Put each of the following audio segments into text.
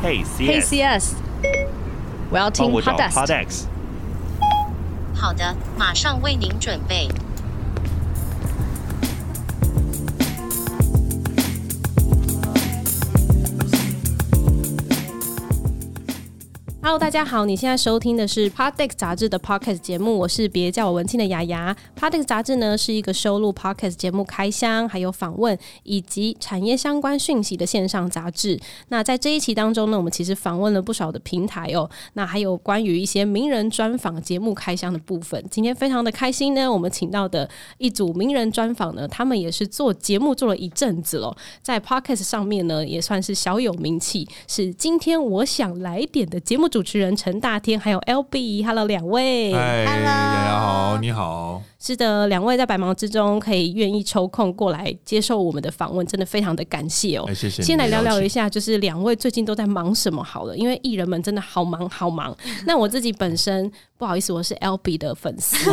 Hey CS， 我要听 Podcast。 好的，马上为您准备。 Hello， 大家好，你现在收听的是 Podcast 杂志的 Podcast 节目，我是别叫我文青的雅雅。Podcast 杂志呢是一个收录 Podcast 节目开箱、还有访问以及产业相关讯息的线上杂志。那在这一期当中呢，我们其实访问了不少的平台哦，那还有关于一些名人专访节目开箱的部分。今天非常的开心呢，我们请到的一组名人专访呢，他们也是做节目做了一阵子了，在 Podcast 上面呢也算是小有名气，是今天我想来点的节目主持人陈大天还有 LB。Hello 两位。 嗨，雅雅好，你好。 是的，两位在百忙之中可以愿意抽空过来接受我们的访问，真的非常的感谢哦。 谢谢你。 先来聊聊一下，就是两位最近都在忙什么好了，因为艺人们真的好忙好忙。那我自己本身不好意思，我是 LB 的粉丝。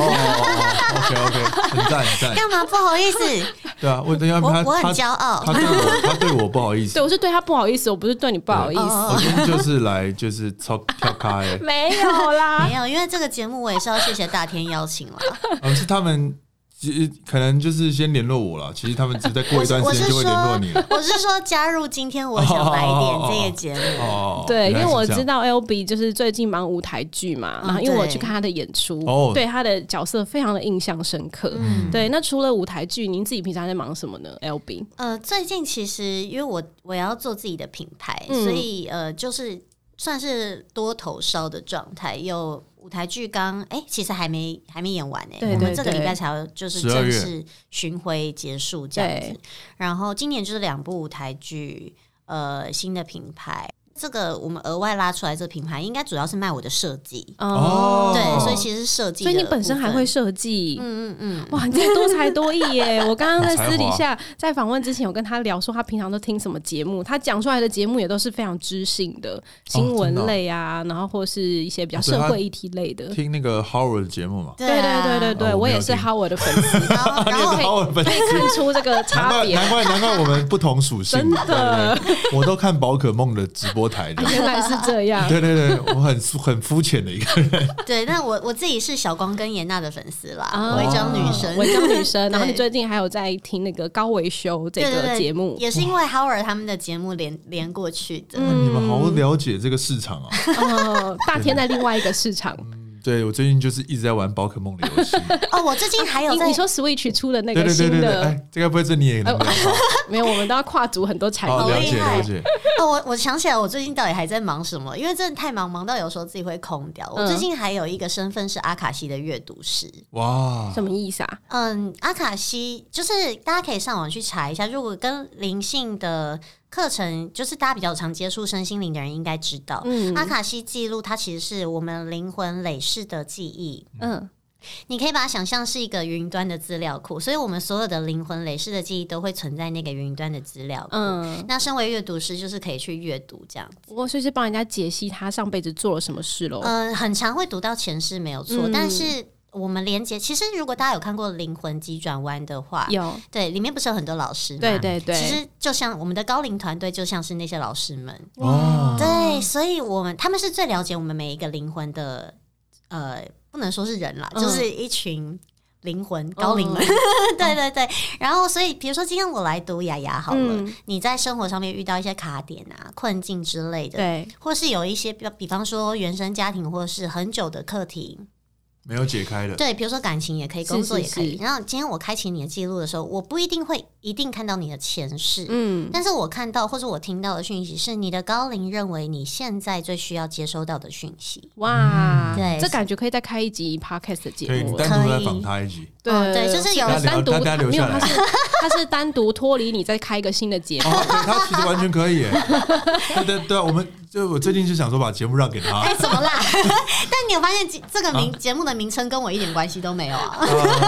OK， 很赞很赞。 干嘛不好意思？ 对啊，我很骄傲。他对我不好意思。 对，我是对他不好意思，我不是对你不好意思。 我今天就是来就是跳开。 没有啦， 没有，因为这个节目我也是要谢谢大天邀请了。 是他们可能就是先联络我了，其实他们只再过一段时间就会联络你了。 我是说加入今天我想来点这个节目。 对，因为我知道 LB 就是最近忙舞台剧嘛，然后因为我去看他的演出，对他的角色非常的印象深刻。对，那除了舞台剧，您自己平常在忙什么呢 ？LB？ 最近其实因为我要做自己的品牌，所以就是算是多头烧的状态。有舞台剧其实还没演完对， 我们这个礼拜才要就是正式巡回结束这样子。然后今年就是2部舞台剧，新的品牌。这个我们额外拉出来，这个品牌应该主要是卖我的设计对，所以其实是设计的部分。 所以你本身还会设计，哇，你真的多才多艺耶！我刚刚在私底下在访问之前，有跟他聊说他平常都听什么节目，他讲出来的节目也都是非常知性的新闻类啊，然后或是一些比较社会议题类的。 听那个 Howard 的节目嘛？ 对，我也是 Howard 的粉丝，然后可以看出这个差别。 难怪我们不同属性，真的，我都看宝可梦的直播台的。 原来是这样。 对，我很肤浅的一个人。 对，那我自己是小光跟严娜的粉丝啦，违章女生。 然后你最近还有在听那个高维修这个节目， 也是因为 Howard 他们的节目连过去的。 你们好了解这个市场啊！ 大天在另外一个市场。 对，我最近就是一直在玩宝可梦的游戏。 我最近还有你说 Switch 出的那个新的， 这个不会是你也能聊？ 没有，我们都要跨足很多产业。 了解。 我想起来，我最近到底还在忙什么？因为真的太忙到有时候自己会空掉。我最近还有一个身份是阿卡西的阅读师。 哇， 什么意思啊？ 阿卡西就是大家可以上网去查一下，如果跟灵性的课程，就是大家比较常接触身心灵的人应该知道，阿卡西记录它其实是我们灵魂累世的记忆。你可以把它想象是一个云端的资料库，所以我们所有的灵魂累世的记忆都会存在那个云端的资料库。那身为阅读师，就是可以去阅读这样子。 我所以是帮人家解析他上辈子做了什么事咯。 很常会读到前世没有错，但是我们连接，其实如果大家有看过《灵魂急转弯》的话， 有， 对，里面不是有很多老师吗？对，其实就像我们的高龄团队，就像是那些老师们。对，所以他们是最了解我们每一个灵魂的，不能说是人啦，就是一群灵魂高龄们。对，然后所以比如说今天我来读雅雅好了，你在生活上面遇到一些卡点啊、困境之类的， 对， 或是有一些比方说原生家庭或是很久的课题没有解开的， 对，比如说感情也可以，工作也可以。然后今天我开启你的记录的时候，我不一定会看到你的前世，但是我看到或者我听到的讯息是你的高龄认为你现在最需要接收到的讯息。 哇， 对， 这感觉可以再开一集 podcast 的节目， 可以单独再访他一集。 对，就是有人单独， 没有， 他是单独脱离你再开一个新的节目。 对，他其实完全可以耶。对，我最近就想说把节目让给他。 怎么啦？但你有发现这个节目的名称跟我一点关系都没有啊？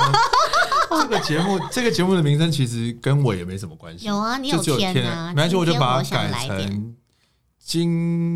这个节目的名称其实跟我也没什么关系。 有啊，你有天啊， 没关系，我就把它改成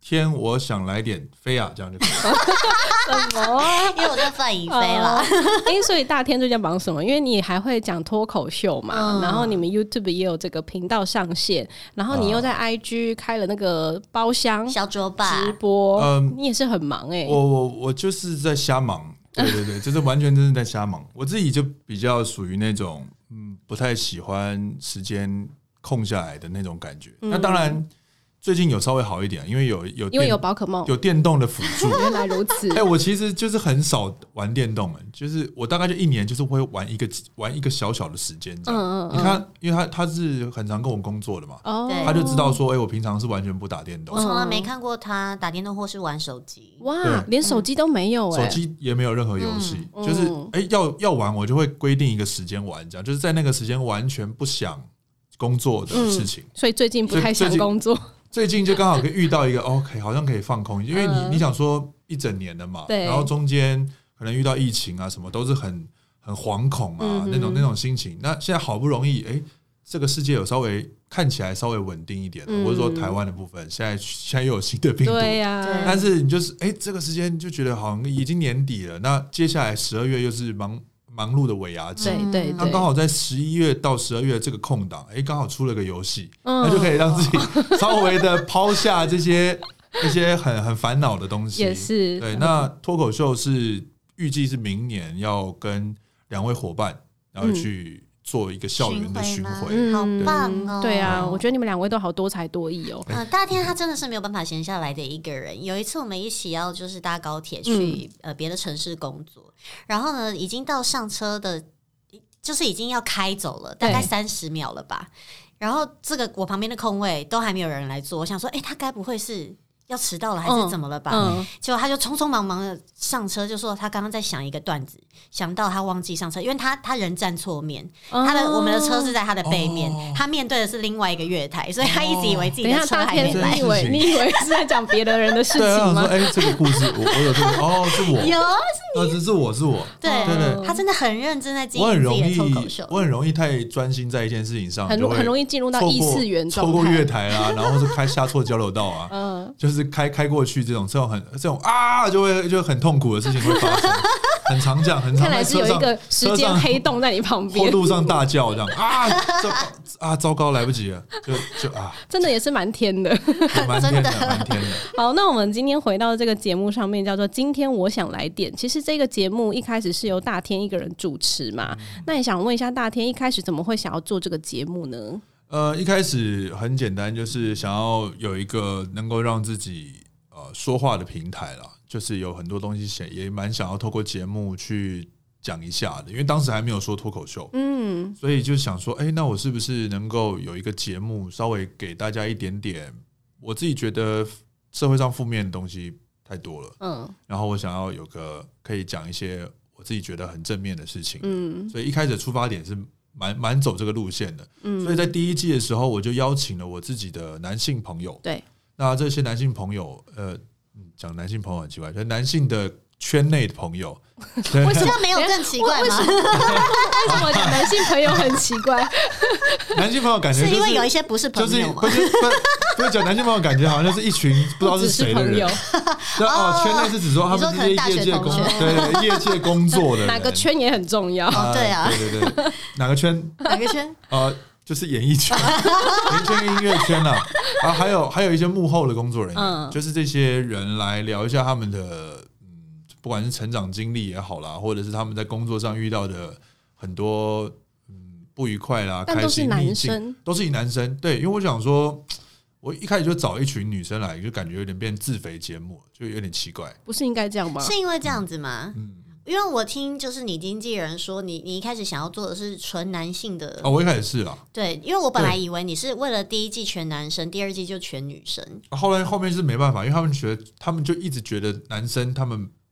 天我想来点飞啊，这样就可以了。 什么？ 因为我在范怡飞啦。 所以大天最近忙什么？因为你还会讲脱口秀嘛，然后你们 YouTube 也有这个频道上线，然后你又在 IG 开了那个包厢小桌吧直播，你也是很忙我就是在瞎忙，对，就是完全真是在瞎忙。我自己就比较属于那种不太喜欢时间空下来的那种感觉。那当然。最近有稍微好一点，因为有宝可梦， 有电动的辅助。 原来如此。 我其实就是很少玩电动，就是我大概就一年就是会玩一个小小的时间这样。你看，因为他是很常跟我工作的嘛，他就知道说，我平常是完全不打电动。 我从来没看过他打电动或是玩手机。 哇，连手机都没有， 手机也没有任何游戏，就是要玩我就会规定一个时间玩，这样就是在那个时间完全不想工作的事情。 所以最近不太想工作。 最近就刚好可以遇到一个 OK， 好像可以放空，因为你想说一整年了嘛，然后中间可能遇到疫情啊什么，都是很惶恐啊那种心情。那现在好不容易，这个世界有稍微看起来稍微稳定一点，或者说台湾的部分，现在又有新的病毒， 对呀。 但是你就是这个时间就觉得好像已经年底了，那接下来12月又是忙碌的尾牙季， 对， 那刚好在11月到12月这个空档，刚好出了个游戏，那就可以让自己稍微的抛下这些很烦恼的东西。 也是对。那脱口秀是预计是明年要跟2位伙伴，然后去做一个校园的巡回， 好棒哦！ 对啊，我觉得你们2位都好多才多艺哦。 大天他真的是没有办法闲下来的一个人。有一次我们一起要就是搭高铁去别的城市工作，然后呢已经到上车的，就是已经要开走了，大概30秒了吧。然后这个我旁边的空位都还没有人来坐，我想说，他该不会是要迟到了还是怎么了吧？结果他就匆匆忙忙的上车，就说他刚刚在想一个段子，想到他忘记上车，因为他人站错面，我们的车是在他的背面，他面对的是另外一个月台，所以他一直以为自己的车还没来。 你以为是在讲别的人的事情吗？ 这个故事我有这个是我有是我对，他真的很认真在经营自己的脱口秀。 我很容易太专心在一件事情上， 很容易进入到异次元状态， 错过月台啦，然后是下错交流道啊，就是开过去这种就很痛苦的事情会发生，很常这样，很常看来是有一个时间黑洞在你旁边， 坡路上大叫这样糟糕，来不及了， 真的也是蛮天的， 蛮天的。 好，那我们今天回到这个节目上面，叫做今天我想来点。其实这个节目一开始是由大天一个人主持嘛，那也想问一下大天，一开始怎么会想要做这个节目呢？ 一开始很简单，就是想要有一个能够让自己说话的平台啦，就是有很多东西也蛮想要透过节目去讲一下的，因为当时还没有说脱口秀，所以就想说，那我是不是能够有一个节目，稍微给大家一点点，我自己觉得社会上负面的东西太多了，然后我想要有个可以讲一些我自己觉得很正面的事情，所以一开始出发点是蛮走这个路线的，所以在第1季的时候，我就邀请了我自己的男性朋友， 对， 那这些男性朋友，讲男性朋友很奇怪，就是男性的圈内的朋友， 为什么没有更奇怪吗？ 为什么讲男性朋友很奇怪？ 男性朋友感觉是因为有一些不是朋友吗？ 不是讲男性朋友，感觉好像就是一群不知道是谁的人。圈内是指说他们是业界工作的人， 哪个圈也很重要。 对啊， 对，哪个圈？就是演艺圈、演艺圈、音乐圈啊，还有一些幕后的工作人员，就是这些人来聊一下他们的不管是成长经历也好啦，或者是他们在工作上遇到的很多不愉快啦、开心逆境，都是以男生。对，因为我想说，我一开始就找一群女生来，就感觉有点变自肥节目，就有点奇怪。 不是应该这样吗？ 是因为这样子吗？因为我听就是你经纪人说你一开始想要做的是纯男性的我一开始是啦， 对，因为我本来以为你是为了第1季全男生，第2季就全女生， 后面是没办法，因为他们就一直觉得男生他们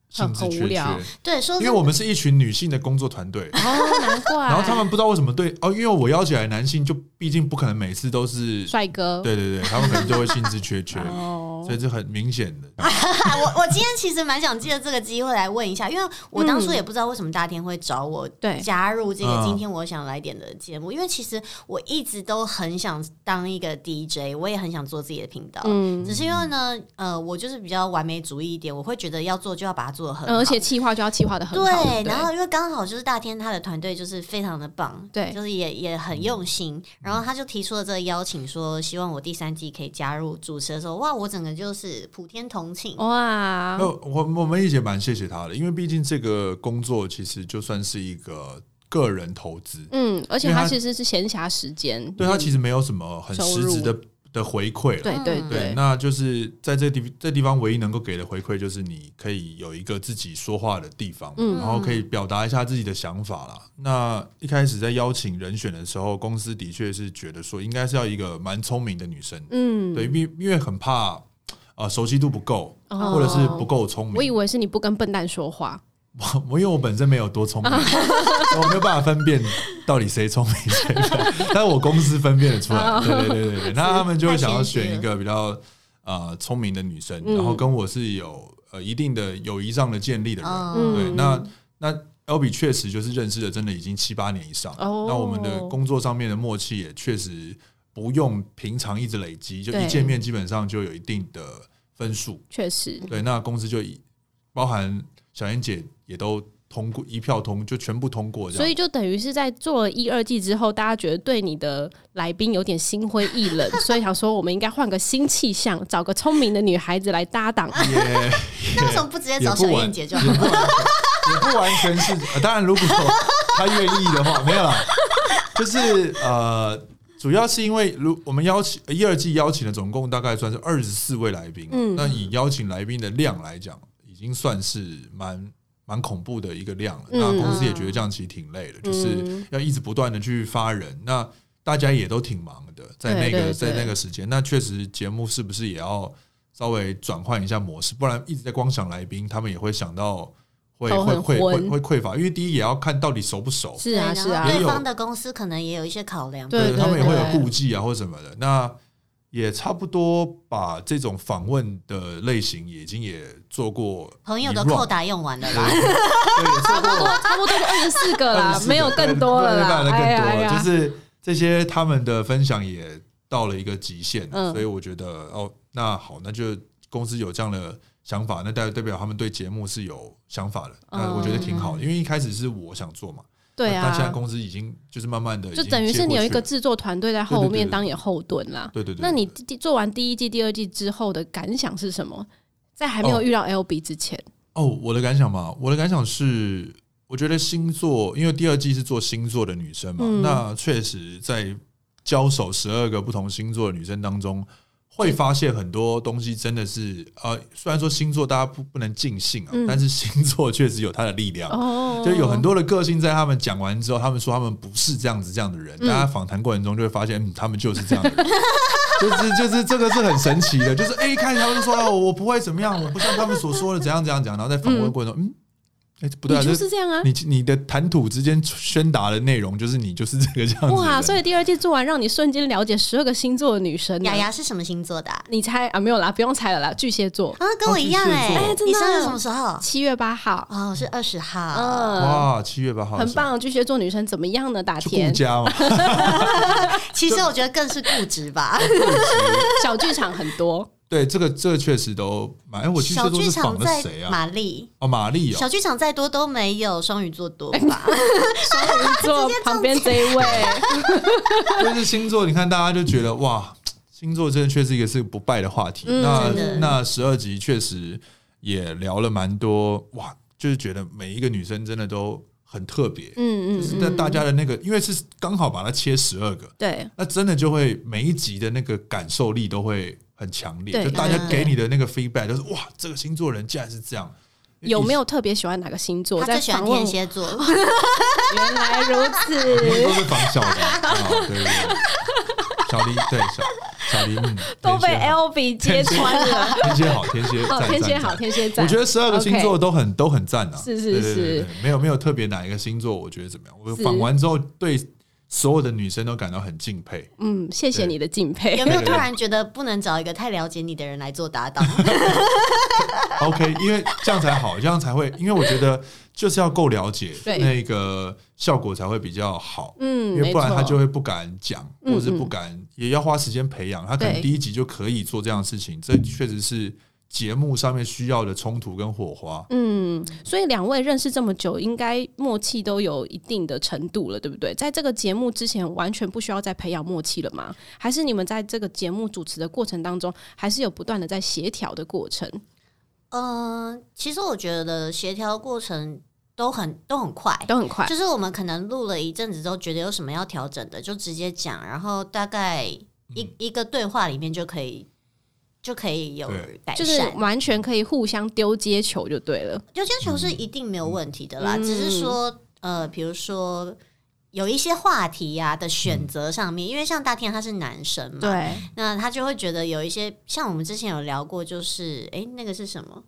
兴致缺缺。 对，说因为我们是一群女性的工作团队， 难怪。 然后他们不知道为什么因为我邀起来的男性就毕竟不可能每次都是帅哥， 对，他们可能就会兴致缺缺，所以这很明显的。 我今天其实蛮想借着这个机会来问一下，因为我当初也不知道为什么大天会找我加入这个今天我想来点的节目，因为其实我一直都很想当一个 DJ， 我也很想做自己的频道，只是因为呢，我就是比较完美主义一点，我会觉得要做就要把它做得很好， 而且企划就要企划得很好。 对，然后因为刚好就是大天他的团队就是非常的棒， 对， 就是也很用心，然后他就提出了这个邀请，说希望我第3季可以加入主持的时候，哇，我整个就是普天同庆， 哇！ 我们也蛮谢谢他的，因为毕竟这个工作其实就算是一个个人投资， 而且他其实是闲暇时间， 对他其实没有什么很实质的回馈， 对， 那就是在这地方唯一能够给的回馈就是你可以有一个自己说话的地方，然后可以表达一下自己的想法啦。那一开始在邀请人选的时候，公司的确是觉得说应该是要一个蛮聪明的女生，对，因为很怕熟悉度不够，或者是不够聪明。 我以为是你不跟笨蛋说话。 因为我本身没有多聪明，我没有办法分辨到底谁聪明谁笨，但是我公司分辨得出来。对，那他们就会想要选一个比较聪明的女生，然后跟我是有一定的友谊上的建立的人。对，那 Albee 确实就是认识了真的已经7-8年以上，那我们的工作上面的默契也确实不用平常一直累积，就一见面基本上就有一定的分数。 确实， 对，那公司就包含小燕姐也都通过，一票通就全部通过， 所以就等于是在做了1、2季之后，大家觉得对你的来宾有点心灰意冷，所以想说我们应该换个新气象，找个聪明的女孩子来搭档。 那为什么不直接找小燕姐就好？ 也不完全是，当然如果她愿意的话，没有啦，就是主要是因为我们邀请1、2季邀请的总共大概算是24位来宾，那以邀请来宾的量来讲，已经算是蛮恐怖的一个量了。那公司也觉得这样其实挺累的，就是要一直不断的去发人，那大家也都挺忙的，在那个时间，那确实节目是不是也要稍微转换一下模式，不然一直在光想来宾，他们也会想到会匮乏，因为第一也要看到底熟不熟， 是啊， 对方的公司可能也有一些考量， 对，他们也会有顾忌啊或什么的。那也差不多把这种访问的类型已经也做过， 朋友的扣打用完了啦， 对，差不多24个啦，没有更多了啦， 就是这些他们的分享也到了一个极限，所以我觉得那好，那就公司有这样的想法，那代表他们对节目是有想法的，那我觉得挺好的，因为一开始是我想做嘛。 对啊， 但现在公司已经就是慢慢的， 就等于是你有一个制作团队在后面当你的后盾啦。 对。 那你做完第1季、第2季之后的感想是什么？在还没有遇到 Albee 之前， 我的感想嘛，我的感想是，我觉得星座，因为第2季是做星座的女生嘛，那确实在交手12个不同星座的女生当中，会发现很多东西真的是虽然说星座大家不能尽信啊，但是星座确实有它的力量，就有很多的个性在他们讲完之后，他们说他们不是这样的人，大家访谈过程中就会发现，他们就是这样的人，就是这个是很神奇的，就是一开始他们就说我不会怎么样，我不像他们所说的怎样，然后在访问过程中，不对啊， 你就是这样啊！ 你的谈吐之间宣达的内容就是你就是这个这样子。 哇！所以第2季做完，让你瞬间了解12个星座的女生。 雅雅是什么星座的？ 你猜啊？没有啦，不用猜了啦，巨蟹座啊，跟我一样你生日什么时候 ？7月8号。 哦，是20号。 哇，7月8号， 很棒！巨蟹座女生怎么样呢？大天顾家嘛。 其实我觉得更是固执吧， 小剧场很多。 对，这个确实都我巨蟹座是仿了谁啊？ 玛丽玛丽小剧场再多都没有双鱼座多吧？ 双鱼座旁边这一位， 就是星座，你看大家就觉得哇，星座真的确实一个是不败的话题。那12集确实也聊了蛮多哇，就是觉得每一个女生真的都很特别，就是在大家的那个，因为是刚好把它切12个， 对， 那真的就会每一集的那个感受力都会很强烈，就大家给你的那个 feedback 就是哇，这个星座人竟然是这样。 有没有特别喜欢哪个星座？ 他最喜欢天蝎座。 原来如此， 都是仿小的，对，小黎对小林都被 Albee 揭穿了。 天蝎好，天蝎赞， 天蝎好，天蝎赞。 我觉得12个星座都很赞啊。 是是是， 没有特别哪一个星座我觉得怎么样。我访完之后对所有的女生都感到很敬佩。 谢谢你的敬佩。 有没有突然觉得不能找一个太了解你的人来做搭档 ？OK， 因为这样才好，这样才会，因为我觉得就是要够了解，那个效果才会比较好。因为不然他就会不敢讲，或者是不敢，也要花时间培养。他可能第一集就可以做这样的事情，这确实是节目上面需要的冲突跟火花。 所以两位认识这么久，应该默契都有一定的程度了，对不对？在这个节目之前，完全不需要再培养默契了吗？还是你们在这个节目主持的过程当中，还是有不断的在协调的过程？ 其实我觉得协调过程都很快，就是我们可能录了一阵子之后，觉得有什么要调整的，就直接讲，然后大概一个对话里面就可以有改善， 就是完全可以互相丢接球就对了。 丢接球是一定没有问题的啦，只是说比如说有一些话题啊的选择上面，因为像大天他是男生嘛， 对， 那他就会觉得有一些像我们之前有聊过，就是那个是什么？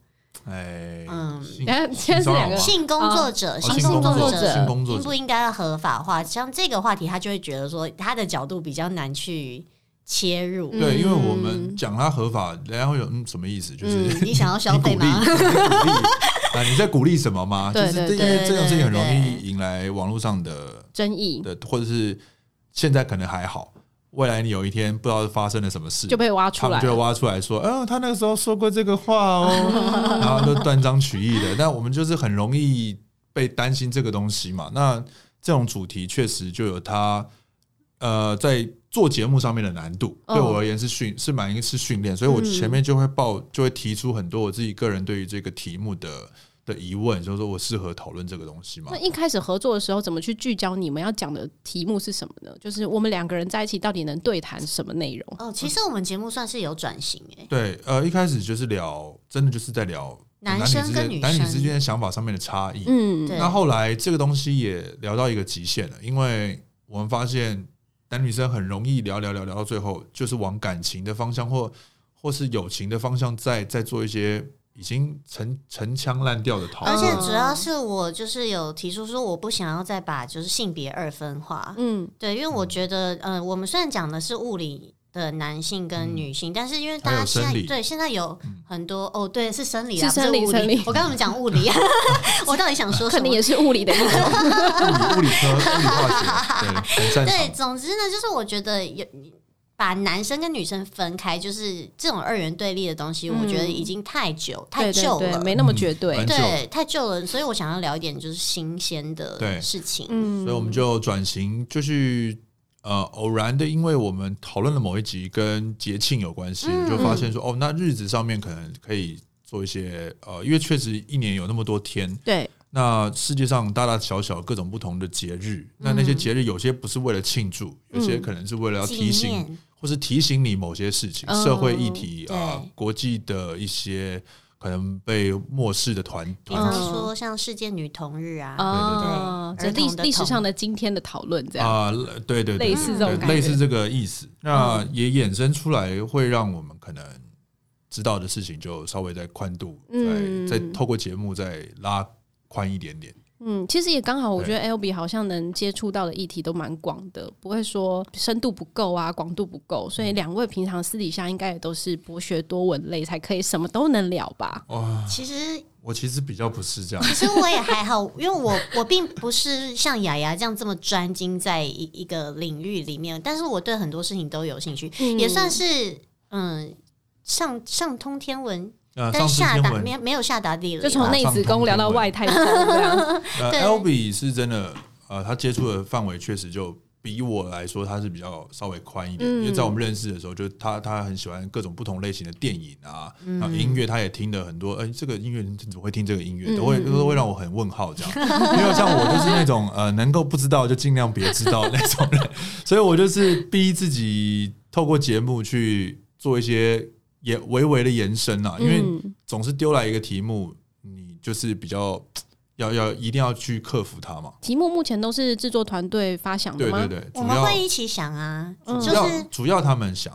性工作者，性工作者应不应该合法化？像这个话题，他就会觉得说他的角度比较难去切入。 对，因为我们讲它合法，人家会有什么意思？就是你想要消费吗？ 你在鼓励什么吗？就是因为这种事情很容易引来网络上的争议的，或者是现在可能还好。未来你有一天不知道发生了什么事， 就被挖出来， 他们就会挖出来说，他那个时候说过这个话哦，然后就断章取义的。但我们就是很容易被担心这个东西嘛。那这种主题确实就有它在做节目上面的难度，对我而言是训练，所以我前面就会提出很多我自己个人对于这个题目的疑问，就是说我适合讨论这个东西吗？ 那一开始合作的时候，怎么去聚焦你们要讲的题目是什么呢？就是我们两个人在一起到底能对谈什么内容？ 其实我们节目算是有转型对，一开始就是真的就是在聊男生跟女生男女之间的想法上面的差异。那后来这个东西也聊到一个极限了，因为我们发现男女生很容易聊到最后，就是往感情的方向或是友情的方向再做一些已经陈腔滥调的讨论。 而且主要是我就是有提出说，我不想要再把就是性别二分化。对，因为我觉得我们虽然讲的是物理的男性跟女性，但是因为大家现在有很多对，是生理啦， 是生理。 我刚刚讲物理我到底想说什么？ 可能也是物理的一种物理科、物理化学，对，很擅长。 对，总之呢，就是我觉得把男生跟女生分开，就是这种二元对立的东西，我觉得已经太旧了， 对，没那么绝对， 对，太旧了。所以我想要聊一点就是新鲜的事情。 所以我们就转型，就去偶然的，因为我们讨论了某一集跟节庆有关系，就发现说那日子上面可能可以做一些因为确实一年有那么多天， 对。 那世界上大大小小各种不同的节日，那些节日有些不是为了庆祝，有些可能是为了要提醒，或是提醒你某些事情，社会议题国际的一些可能被漠视的团体，比方说像世界女童日啊， 对，历史上的今天的讨论这样对， 类似这种感觉， 类似这个意思。那也衍生出来，会让我们可能知道的事情就稍微在宽度，再透过节目再拉宽一点点。 其实也刚好，我觉得 Albee 好像能接触到的议题都蛮广的，不会说深度不够啊，广度不够，所以两位平常私底下应该也都是博学多闻类，才可以什么都能聊吧？ 我其实比较不是这样， 其实我也还好，因为我并不是像雅雅这样这么专精在一个领域里面，但是我对很多事情都有兴趣，也算是上通天文。但下达没有下达地雷， 就从内子宫聊到外太空这样。 Albee 是真的，他接触的范围确实就比我来说，他是比较稍微宽一点。因为在我们认识的时候，就他很喜欢各种不同类型的电影啊，然后音乐他也听了很多。这个音乐你怎么会听这个音乐？都会让我很问号这样。因为像我就是那种能够不知道就尽量别知道那种人，所以我就是逼自己透过节目去做一些也微微的延伸因为总是丢来一个题目，你就是比较一定要去克服它嘛。 题目目前都是制作团队发想的吗？ 对， 我们会一起想啊， 主要他们想，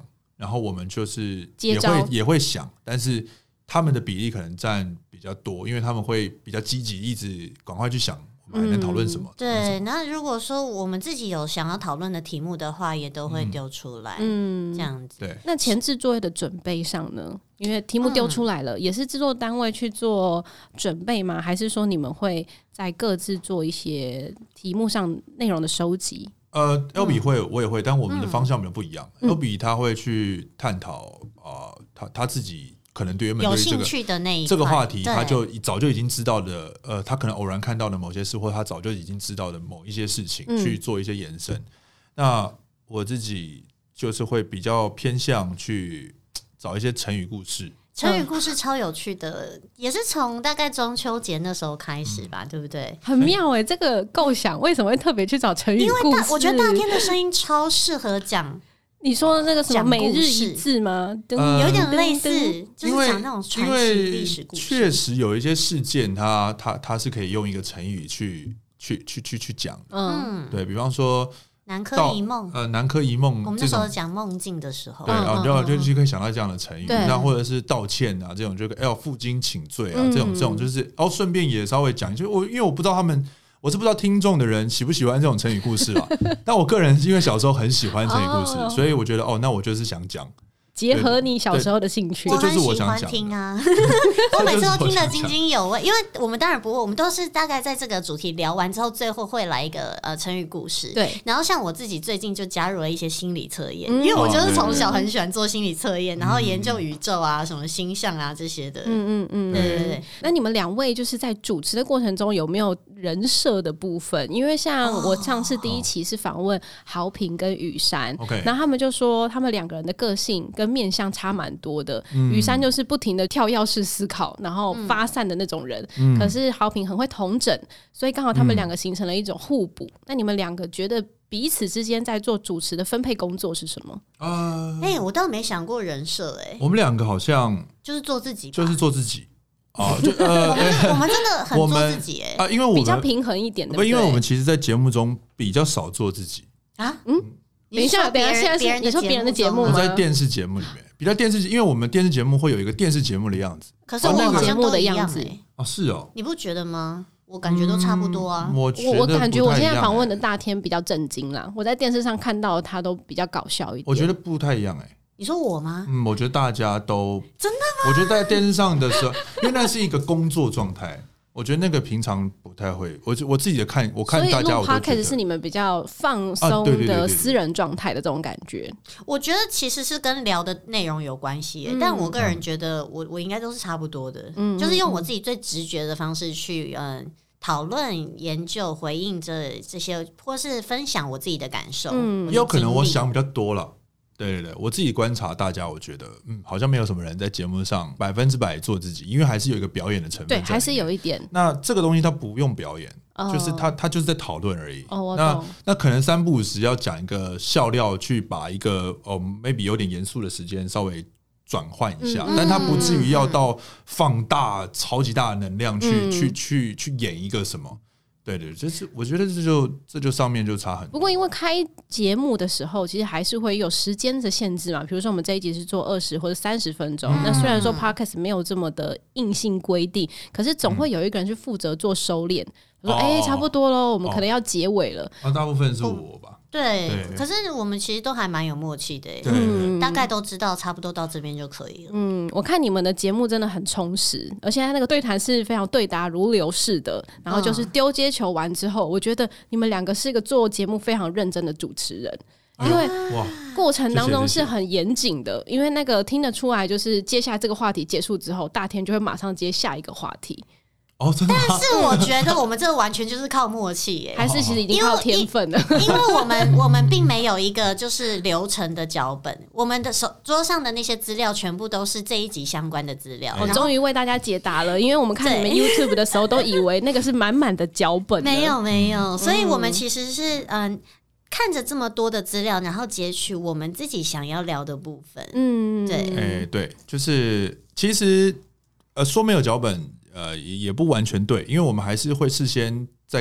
然后我们就是接招也会想，但是他们的比例可能占比较多，因为他们会比较积极，一直赶快去想我们还能讨论什么。 对，那如果说我们自己有想要讨论的题目的话，也都会丢出来，这样子。 对， 那前置作业的准备上呢？因为题目丢出来了，也是制作单位去做准备吗？还是说你们会在各自做一些题目上内容的收集 ？L B 会，我也会，但我们的方向比较不一样。L B 他会去探讨他自己可能对原本对有兴趣的那一这个话题，他就早就已经知道的，他可能偶然看到的某些事，或他早就已经知道的某一些事情，去做一些延伸。那我自己就是会比较偏向去找一些成语故事。 成语故事超有趣的，也是从大概中秋节那时候开始吧，对不对？ 很妙这个构想为什么会特别去找成语故事？ 因为我觉得大天的声音超适合讲。 你说那个什么每日一字吗？ 有点类似，就是讲那种传奇历史故事。 确实有一些事件它是可以用一个成语去讲的。对，比方说南柯一梦， 南柯一梦， 我们那时候讲梦境的时候， 对就可以想到这样的成语。那或者是道歉啊，这种就负荆请罪啊，这种就是顺便也稍微讲，就因为我不知道我是不知道听众的人喜不喜欢这种成语故事啊。但我个人因为小时候很喜欢成语故事，所以我觉得那我就是想讲。 结合你小时候的兴趣， 我很喜欢听啊。我每次都听得津津有味，因为我们当然不会，我们都是大概在这个主题聊完之后，最后会来一个成语故事。 对， 然后像我自己最近就加入了一些心理测验，因为我就是从小很喜欢做心理测验，然后研究宇宙啊、什么星象啊这些的。对。 那你们两位就是在主持的过程中有没有人设的部分？因为像我上次第一期是访问豪平跟雨山，然后他们就说他们两个人的个性跟面向差蛮多的。雨山就是不停的跳跃式思考，然后发散的那种人，可是豪平很会统整，所以刚好他们两个形成了一种互补。那你们两个觉得彼此之间在做主持的分配工作是什么？ 我倒没想过人设。 我们两个好像就是做自己， 就是做自己。 我们真的很做自己因为我们比较平衡一点的， 因为我们其实在节目中比较少做自己啊。等一下，现在是你说别人的节目吗？ 我在电视节目里面比较因为我们电视节目会有一个电视节目的样子， 可是我们节目的样子是哦， 你不觉得吗？我感觉都差不多啊。 我感觉我现在访问的大天比较震惊啦，我在电视上看到的他都比较搞笑一点。 我觉得不太一样你说我吗？ 我觉得大家都真的吗？ 我觉得在电视上的时候，因为那是一个工作状态，我觉得那个平常不太会。我自己的我看大家，我都觉得 Podcast 是你们比较放松的私人状态的这种感觉。 我觉得其实是跟聊的内容有关系，但我个人觉得我应该都是差不多的，就是用我自己最直觉的方式去讨论、研究、回应这些，或是分享我自己的感受。 也有可能我想比较多了。对，我自己观察大家，我觉得好像没有什么人在节目上100%做自己，因为还是有一个表演的成分。 对，还是有一点。 那这个东西它不用表演，就是它就是在讨论而已。那可能3不5时要讲一个笑料，去把一个maybe 有点严肃的时间稍微转换一下，但它不至于要到放大超级大的能量去演一个什么。对，就是我觉得这就上面就差很多。 不过因为开节目的时候，其实还是会有时间的限制嘛。比如说我们这一集是做20或者30分钟，那虽然说 Podcast 没有这么的硬性规定，可是总会有一个人去负责做收敛。说差不多咯，我们可能要结尾了。 大部分是我吧。 对，可是我们其实都还蛮有默契的，大概都知道差不多到这边就可以了。 我看你们的节目真的很充实，而且那个对谈是非常对答如流式的，然后就是丢接球完之后，我觉得你们两个是一个做节目非常认真的主持人。因为过程当中是很严谨的，因为那个听得出来，就是接下来这个话题结束之后，大天就会马上接下一个话题。 但是我觉得我们这个完全就是靠默契还是其实已经靠天分了。 因为我们并没有一个就是流程的脚本，我们的桌上的那些资料全部都是这一集相关的资料。 我终于为大家解答了，因为我们看你们 YouTube 的时候都以为那个是满满的脚本。 没有，所以我们其实是看着这么多的资料，然后截取我们自己想要聊的部分。 对，就是其实说没有脚本。也不完全对，因为我们还是会事先在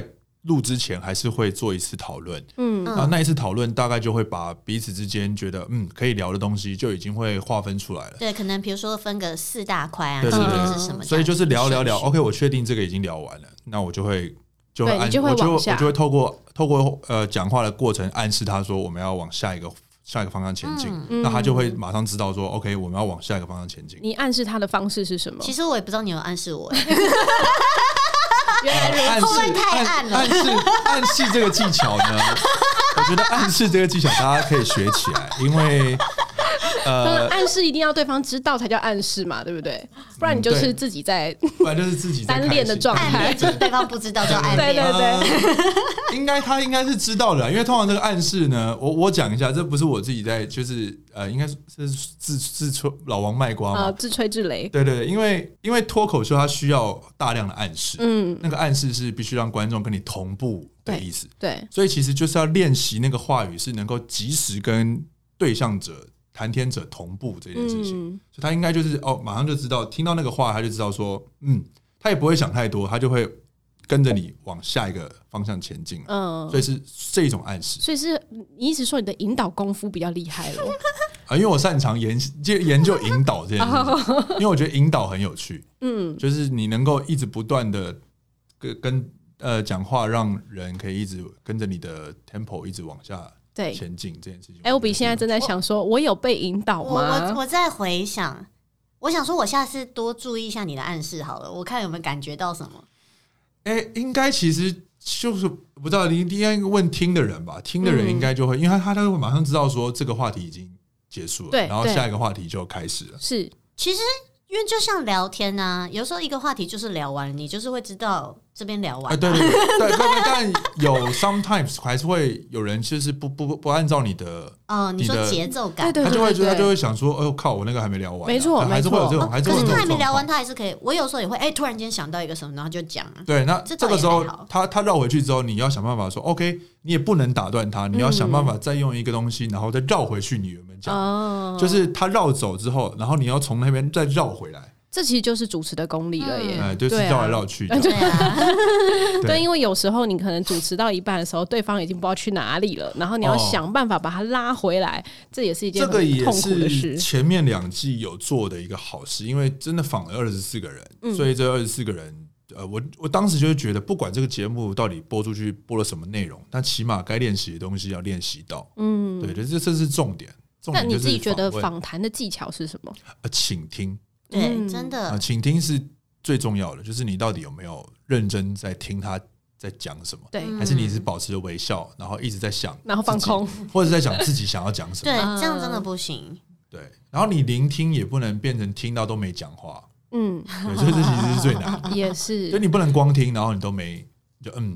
录之前还是会做一次讨论，然后那一次讨论大概就会把彼此之间觉得可以聊的东西就已经会划分出来了。 对，可能比如说分个4大块啊， 对对对， 是什么？ 所以就是聊 OK， 我确定这个已经聊完了，那我就会透过讲话的过程暗示他说我们要往下一个方向前进，那他就会马上知道说 OK， 我们要往下一个方向前进。 你暗示他的方式是什么？ 其实我也不知道你有暗示我。 原来会不会太暗了？ 暗示这个技巧呢，我觉得暗示这个技巧大家可以学起来，因为暗示一定要对方知道才叫暗示嘛，对不对？不然你就是自己在， 不然就是自己在单恋的状态， 暗恋就是对方不知道叫暗恋。 对， 他应该是知道的，因为通常这个暗示呢，我讲一下，这不是我自己在，就是应该是自吹老王卖瓜嘛， 自吹自擂。 对对对，因为脱口秀它需要大量的暗示，那个暗示是必须让观众跟你同步的意思， 对， 所以其实就是要练习那个话语是能够及时跟对象者。谈天者同步这件事情，所以他应该就是马上就知道，听到那个话他就知道说，他也不会想太多，他就会跟着你往下一个方向前进。所以是这种暗示。 所以是你意思说你的引导功夫比较厉害了因为我擅长研究引导这件事情，因为我觉得引导很有趣。就是你能够一直不断的跟讲话，让人可以一直跟着你的 tempo 一直往下。前进这件事情， 我比现在正在想说，我有被引导吗？ 我在回想，我想说，我下次多注意一下你的暗示好了，我看有没有感觉到什么。 应该其实就是不知道，你应该问听的人吧，听的人应该就会，因为他会马上知道说这个话题已经结束了，然后下一个话题就开始了。 是， 其实因为就像聊天啊，有时候一个话题就是聊完，你就是会知道这边聊完。 对，但有 sometimes 还是会有人就是不按照你的你说节奏感， 对， 他就会想说，靠，我那个还没聊完， 没错， 还是会有这种， 可是他还没聊完，他还是可以。我有时候也会突然间想到一个什么，然后就讲。 对，那这个时候他绕回去之后，你要想办法说 OK， 你也不能打断他，你要想办法再用一个东西，然后再绕回去你原本讲，就是他绕走之后，然后你要从那边再绕回来。 这其实就是主持的功力了耶， 就是绕来绕去。 对，因为有时候你可能主持到一半的时候，对方已经不知道去哪里了，然后你要想办法把他拉回来，这也是一件很痛苦的事。 这个也是前面2季有做的一个好事，因为真的访了24个人，所以这24个人，我当时就会觉得，不管这个节目到底播出去播了什么内容，但起码该练习的东西要练习到。对，这是重点。 那你自己觉得访谈的技巧是什么？ 倾听。 对，真的倾听是最重要的，就是你到底有没有认真在听他在讲什么， 对， 还是你是保持着微笑，然后一直在想， 然后放空， 或者在想自己想要讲什么？ 对，这样真的不行。 对，然后你聆听也不能变成听到都没讲话，对，所以这其实是最难的， 也是， 就你不能光听，然后你都没就很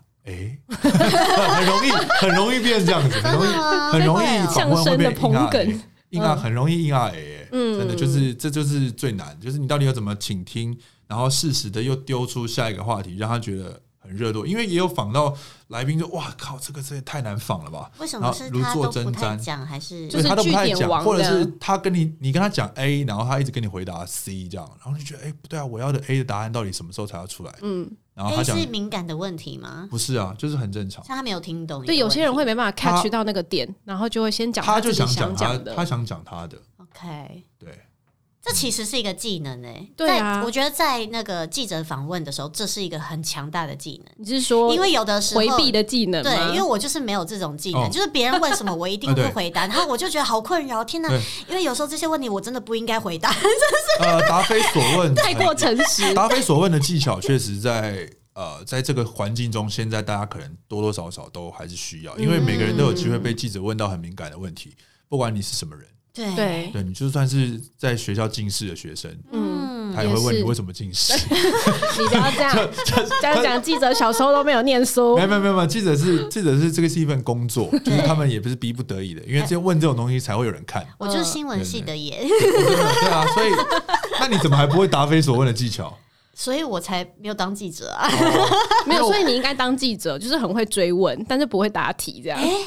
容易变这样子，很容易相声的捧哏。 很容易真的这就是最难，就是你到底要怎么倾听，然后适时的又丢出下一个话题，让他觉得很热度。因为也有访到来宾就哇靠，这个真的太难访了吧？ 为什么是他都不太讲，还是就是他都不太讲，或者是他跟你跟他讲 A， 然后他一直跟你回答 C 这样，然后你就觉得不对啊，我要的 A 的答案到底什么时候才要出来？然后他讲 A 是敏感的问题吗？ 不是啊，就是很正常。 像他没有听懂， 对，有些人会没办法 catch 到那个点，然后就会先讲他自己想讲的， 他想讲他的。 OK， 对， 这其实是一个技能对啊， 我觉得在那个记者访问的时候，这是一个很强大的技能。 你是说，因为有的时候回避的技能吗？ 对，因为我就是没有这种技能，就是别人问什么我一定会回答，然后我就觉得好困扰，天哪！因为有时候这些问题我真的不应该回答，真是答非所问， 太过诚实。 答非所问的技巧确实在这个环境中，现在大家可能多多少少都还是需要，因为每个人都有机会被记者问到很敏感的问题，不管你是什么人。 对， 你就算是在学校近视的学生，他也会问你为什么近视。 你不要这样讲，记者小时候都没有念书。 没有，记者是这个是一份工作，就是他们也不是逼不得已的，因为这问这种东西才会有人看。 我就是新闻系的耶。 对啊，所以那你怎么还不会答非所问的技巧？ 所以我才没有当记者啊。 没有，所以你应该当记者，就是很会追问，但是不会答题这样。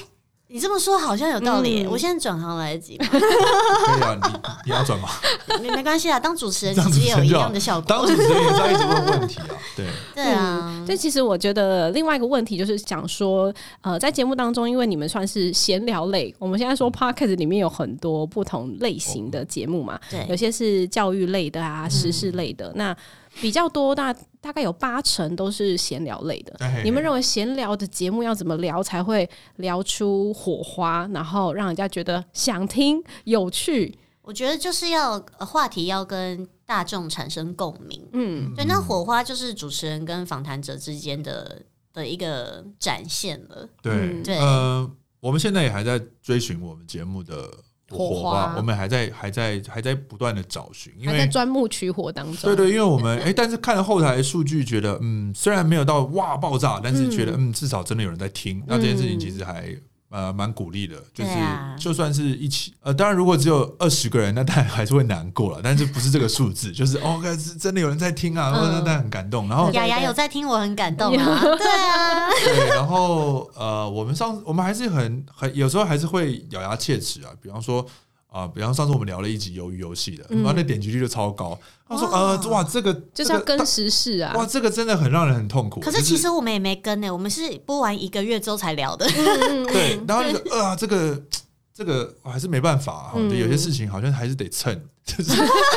你这么说好像有道理，我现在转行来得及吗？ 可以啊，你要转吗？ 没关系啊，当主持人其实也有一样的效果。 当主持人也是要一直问问题啊， 对啊。 所以其实我觉得另外一个问题就是讲说，在节目当中，因为你们算是闲聊类，我们现在说 podcast 里面有很多不同类型的节目嘛，有些是教育类的啊，时事类的，那比较多大概有80%都是闲聊类的。你们认为闲聊的节目要怎么聊才会聊出火花，然后让人家觉得想听、有趣？ 我觉得就是要话题要跟大众产生共鸣。对，那火花就是主持人跟访谈者之间的一个展现了。 对，我们现在也还在追寻我们节目的火花，我们还在不断的找寻，因为还在钻木取火当中。 对，因为我们但是看了后台数据，觉得虽然没有到哇爆炸，但是觉得至少真的有人在听。那这件事情其实还蛮鼓励的，就是就算是一起当然如果只有20个人，那当然还是会难过了，但是不是这个数字，就是是真的有人在听啊，那当然很感动。然后雅雅有在听，我很感动啊。对啊， 对，然后我们还是很有时候还是会咬牙切齿啊，比方上次我们聊了一集鱿鱼游戏的，然后那点击率就超高。他说哇，这个就是要跟时事啊， 哇，这个真的很让人很痛苦。 可是其实我们也没跟我们是播完1个月之后才聊的。 对，然后就这个还是没办法，有些事情好像还是得蹭，就是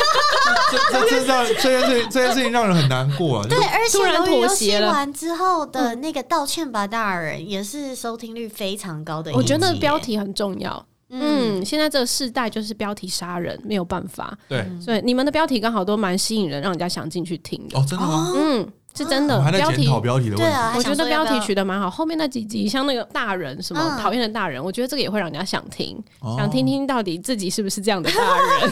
这件事情让人很难过啊。 对，而且鱿鱼游戏完之后的那个道歉吧大人也是收听率非常高的一集。 我觉得标题很重要。现在这个世代就是标题杀人，没有办法。 对， 所以你们的标题刚好都蛮吸引人，让人家想进去听的。 哦，真的吗？ 是真的。 我还在检讨标题的问题。 我觉得标题取得蛮好。后面那几集像那个大人什么讨厌的大人，我觉得这个也会让人家想听，想听听到底自己是不是这样的大人。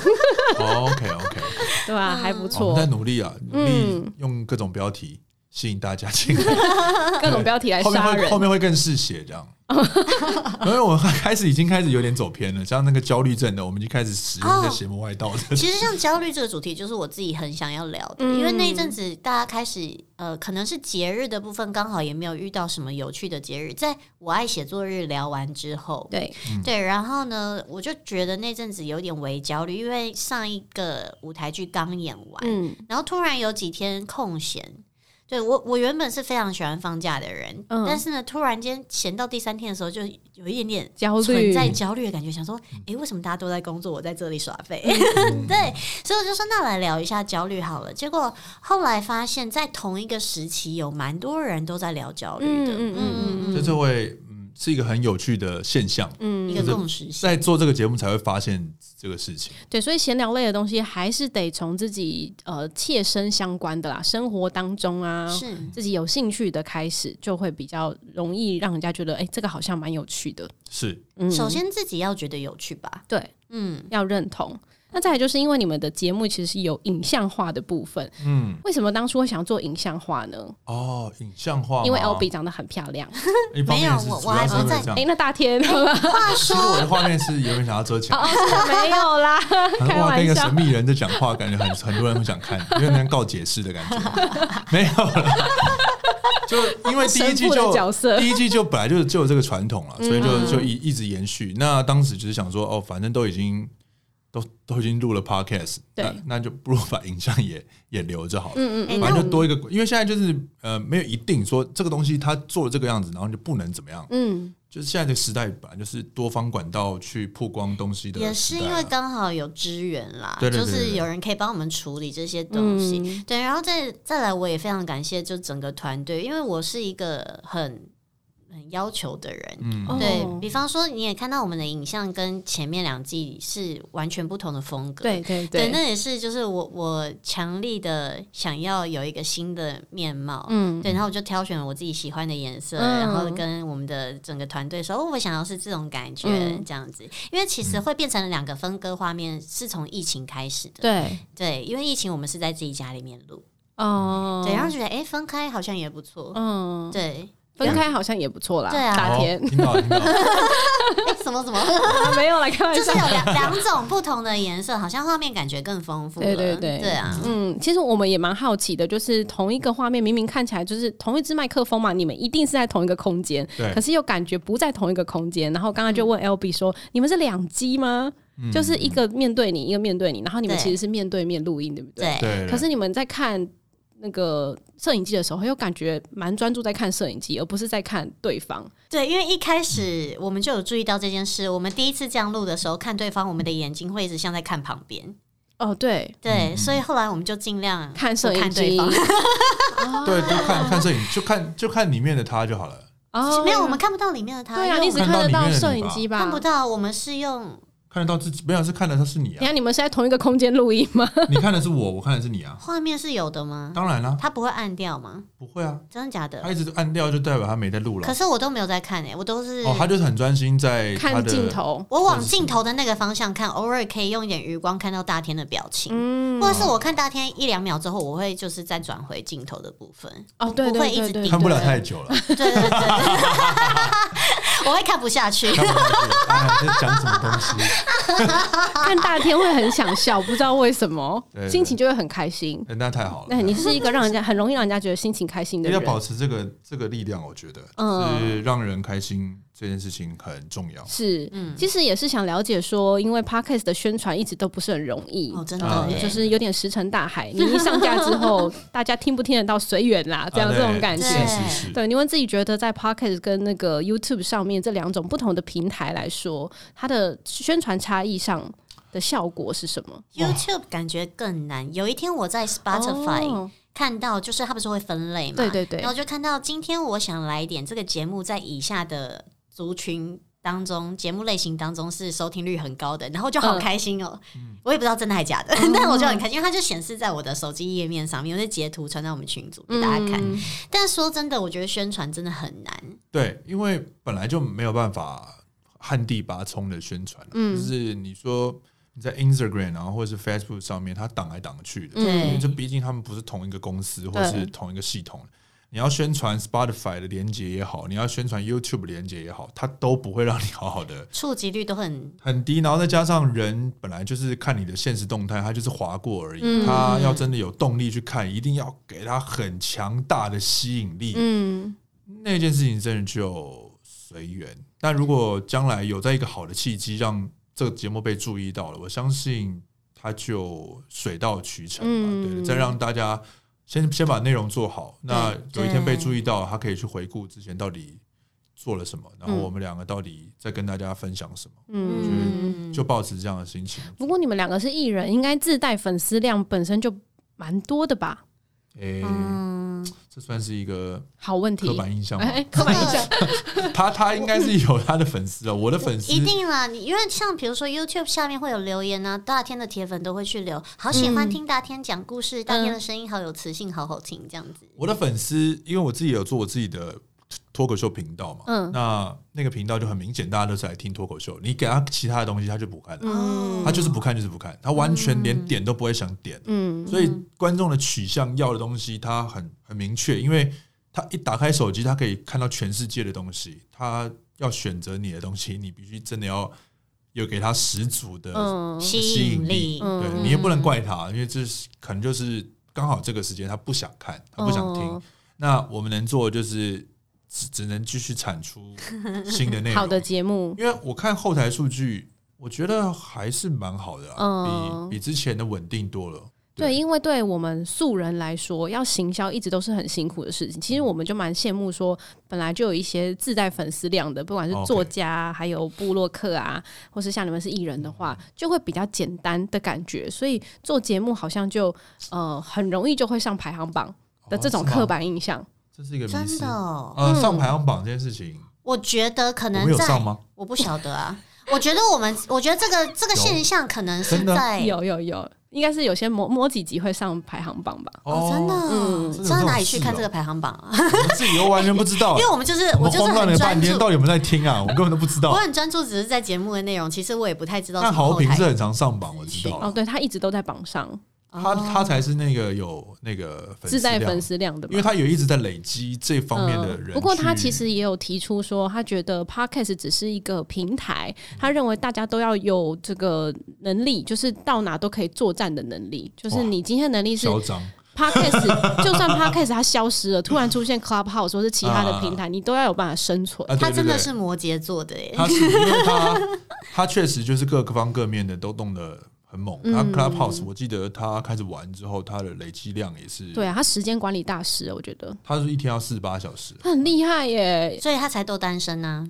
OK， 对吧？还不错。 我们在努力啊，努力用各种标题吸引大家进来， 各种标题来杀人， 后面会更嗜血这样。因为我已经开始有点走偏了，像那个焦虑症的，我们已经开始使用一些邪魔外道的。 其实像焦虑这个主题，就是我自己很想要聊的，因为那一阵子大家开始可能是节日的部分，刚好也没有遇到什么有趣的节日。在我爱写作日聊完之后，对，然后呢，我就觉得那阵子有点微焦虑，因为上一个舞台剧刚演完，然后突然有几天空闲。对，我原本是非常喜欢放假的人，但是呢，突然间闲到第3天的时候，就有一点点存在焦虑的感觉，想说，为什么大家都在工作，我在这里耍废？对，所以我就说，那来聊一下焦虑好了。结果后来发现，在同一个时期，有蛮多人都在聊焦虑的， 这会是一个很有趣的现象， 一个共识性， 在做这个节目才会发现这个事情。 对，所以闲聊类的东西还是得从自己切身相关的啦，生活当中啊，自己有兴趣的开始，就会比较容易让人家觉得，这个好像蛮有趣的。 是， 首先自己要觉得有趣吧， 对，要认同。那再来就是因为你们的节目其实是有影像化的部分，为什么当初会想做影像化呢？ 影像化， 因为 Albee 长得很漂亮。 没有，我还不在。 那大天， 话说， 其实我的画面是有人想要遮起来， 没有啦，开玩笑。 跟一个神秘人在讲话，感觉很多人会想看，有点像告解释的感觉。没有啦，就因为第一季就本来就有这个传统了，所以就一直延续。那当时就是想说，反正都已经录了 podcast， 那就不如把影像也留着好了。反正就多一个，因为现在就是没有一定说这个东西它做了这个样子，然后就不能怎么样。就是现在的时代本来就是多方管道去曝光东西的时代， 也是因为刚好有资源啦，就是有人可以帮我们处理这些东西。对，然后再来，我也非常感谢就整个团队，因为我是一个很要求的人，对，比方说你也看到我们的影像跟前面2季是完全不同的风格，对，那也是就是我强力的想要有一个新的面貌，对，然后我就挑选了我自己喜欢的颜色，然后跟我们的整个团队说，我想要是这种感觉，这样子，因为其实会变成2个分割画面是从疫情开始的，对，因为疫情我们是在自己家里面录，对，然后觉得分开好像也不错，对。 分开好像也不错啦。 对啊， 大天听到什么没有来开玩笑， 就是有两种不同的颜色，好像画面感觉更丰富了。对啊， 其实我们也蛮好奇的，就是同一个画面明明看起来就是同一支麦克风嘛，你们一定是在同一个空间，可是又感觉不在同一个空间。然后刚刚就问 LB 说，你们是两机吗？就是一个面对你，一个面对你，然后你们其实是面对面录音，对不对？ 对。 可是你们在看那个摄影机的时候，又感觉蛮专注在看摄影机，而不是在看对方。 对，因为一开始我们就有注意到这件事。我们第一次这样录的时候，看对方，我们的眼睛会一直像在看旁边。 哦，对， 所以后来我们就尽量看摄影机， 看对方。 对，就看摄影，就看里面的他就好了。 没有，我们看不到里面的他。 对啊，你只看得到摄影机吧？ 看不到，我们是用。 看得到自己，没有是看的他是你啊。 等一下你们是在同一个空间录音吗？ 你看的是我看的是你啊。 画面是有的吗？ 当然啦， 他不会按掉吗？ 不会啊， 真的假的？ 他一直按掉就代表他没在录了。 可是我都没有在看我都是他就是很专心在看镜头。 我往镜头的那个方向看，偶尔可以用一点余光看到大天的表情，或者是我看大天1-2秒之后，我会就是再转回镜头的部分。 对， 不会一直盯着， 看不了太久了。 对，我会看不下去。 在讲什么东西？ 看大天会很想笑，不知道为什么，心情就会很开心。 那太好了。 那你是一个让人家很容易让人家觉得心情开心的人。 要保持这个力量，我觉得是让人开心这件事情很重要。 是，其实也是想了解说，因为 Podcast 的宣传一直都不是很容易， 真的就是有点石沉大海。你一上架之后，大家听不听得到随缘啦，这种感觉。对，你们自己觉得在 Podcast 跟那个 YouTube 上面这两种不同的平台来说，它的宣传差异上的效果是什么？ YouTube 感觉更难。有一天我在 Spotify 看到，就是它不是会分类嘛？ 对， 然后就看到今天我想来点这个节目在以下的族群当中，节目类型当中是收听率很高的，然后就好开心哦。我也不知道真的还假的，但我就很开心，因为它就显示在我的手机页面上面，我就截图传到我们群组给大家看。但说真的，我觉得宣传真的很难。 对，因为本来就没有办法旱地拔葱的宣传，就是你说你在 Instagram 然后或者是 Facebook 上面，它挡来挡去的，因为这毕竟他们不是同一个公司或是同一个系统。你要宣传 Spotify 的连结也好，你要宣传 YouTube 的连结也好，它都不会让你好好的， 触及率都很低，然后再加上人本来就是看你的现实动态，他就是滑过而已，他要真的有动力去看，一定要给他很强大的吸引力。那件事情真的就随缘。但如果将来有在一个好的契机让这个节目被注意到了，我相信它就水到渠成嘛。对，再让大家先把内容做好，那有一天被注意到，他可以去回顾之前到底做了什么，然后我们两个到底在跟大家分享什么。我觉得就抱持这样的心情。 不过你们两个是艺人，应该自带粉丝量本身就蛮多的吧？ 这算是一个好问题， 刻板印象吗？ 刻板印象， 他应该是有他的粉丝哦，我的粉丝一定啦。因为像比如说 YouTube 下面会有留言啊，大天的铁粉都会去留，好喜欢听大天讲故事，大天的声音好有磁性，好好听这样子。 我的粉丝，因为我自己有做我自己的脱口秀频道嘛，那个频道就很明显，大家都是来听脱口秀。你给他其他的东西，他就不看了，他就是不看，就是不看，他完全连点都不会想点。所以观众的取向要的东西，他很明确，因为他一打开手机，他可以看到全世界的东西。他要选择你的东西，你必须真的要有给他十足的吸引力。对，你也不能怪他，因为这可能就是刚好这个时间他不想看，他不想听。那我们能做的就是只能继续产出新的内容， 好的节目。 因为我看后台数据，我觉得还是蛮好的比之前的稳定多了。 对，因为对我们素人来说，要行销一直都是很辛苦的事情。其实我们就蛮羡慕说，本来就有一些自带粉丝量的，不管是作家，还有部落客啊，或是像你们是艺人的话，就会比较简单的感觉。所以做节目好像就很容易就会上排行榜的这种刻板印象。 这是一个迷思， 真的上排行榜这件事情， 我觉得可能我们有上吗？ 我不晓得啊。我觉得这个现象可能是在有，应该是有些某几集会上排行榜吧。 真的，上哪里去看这个排行榜啊？ 我自己又完全不知道， 因为我就是慌乱了半天，到底有没有在听啊？我根本都不知道。 我很专注，只是在节目的内容，其实我也不太知道。 但豪平是很常上榜，我知道。 对，他一直都在榜上。 他才是那个有那个自带粉丝量的嘛， 因为他有一直在累积这方面的人。 不过他其实也有提出说，他觉得 Podcast 只是一个平台，他认为大家都要有这个能力，就是到哪都可以作战的能力，就是你今天的能力是嚣张。 Podcast 就算 Podcast 它消失了，突然出现 Clubhouse 或是其他的平台，你都要有办法生存。 他真的是摩羯座的耶， 他是因为他确实就是各方各面的都动得很猛。他 Clubhouse 我记得他开始玩之后，他的累积量也是。 对啊，他时间管理大师，我觉得他是一天要48小时， 他很厉害耶， 所以他才都单身啊。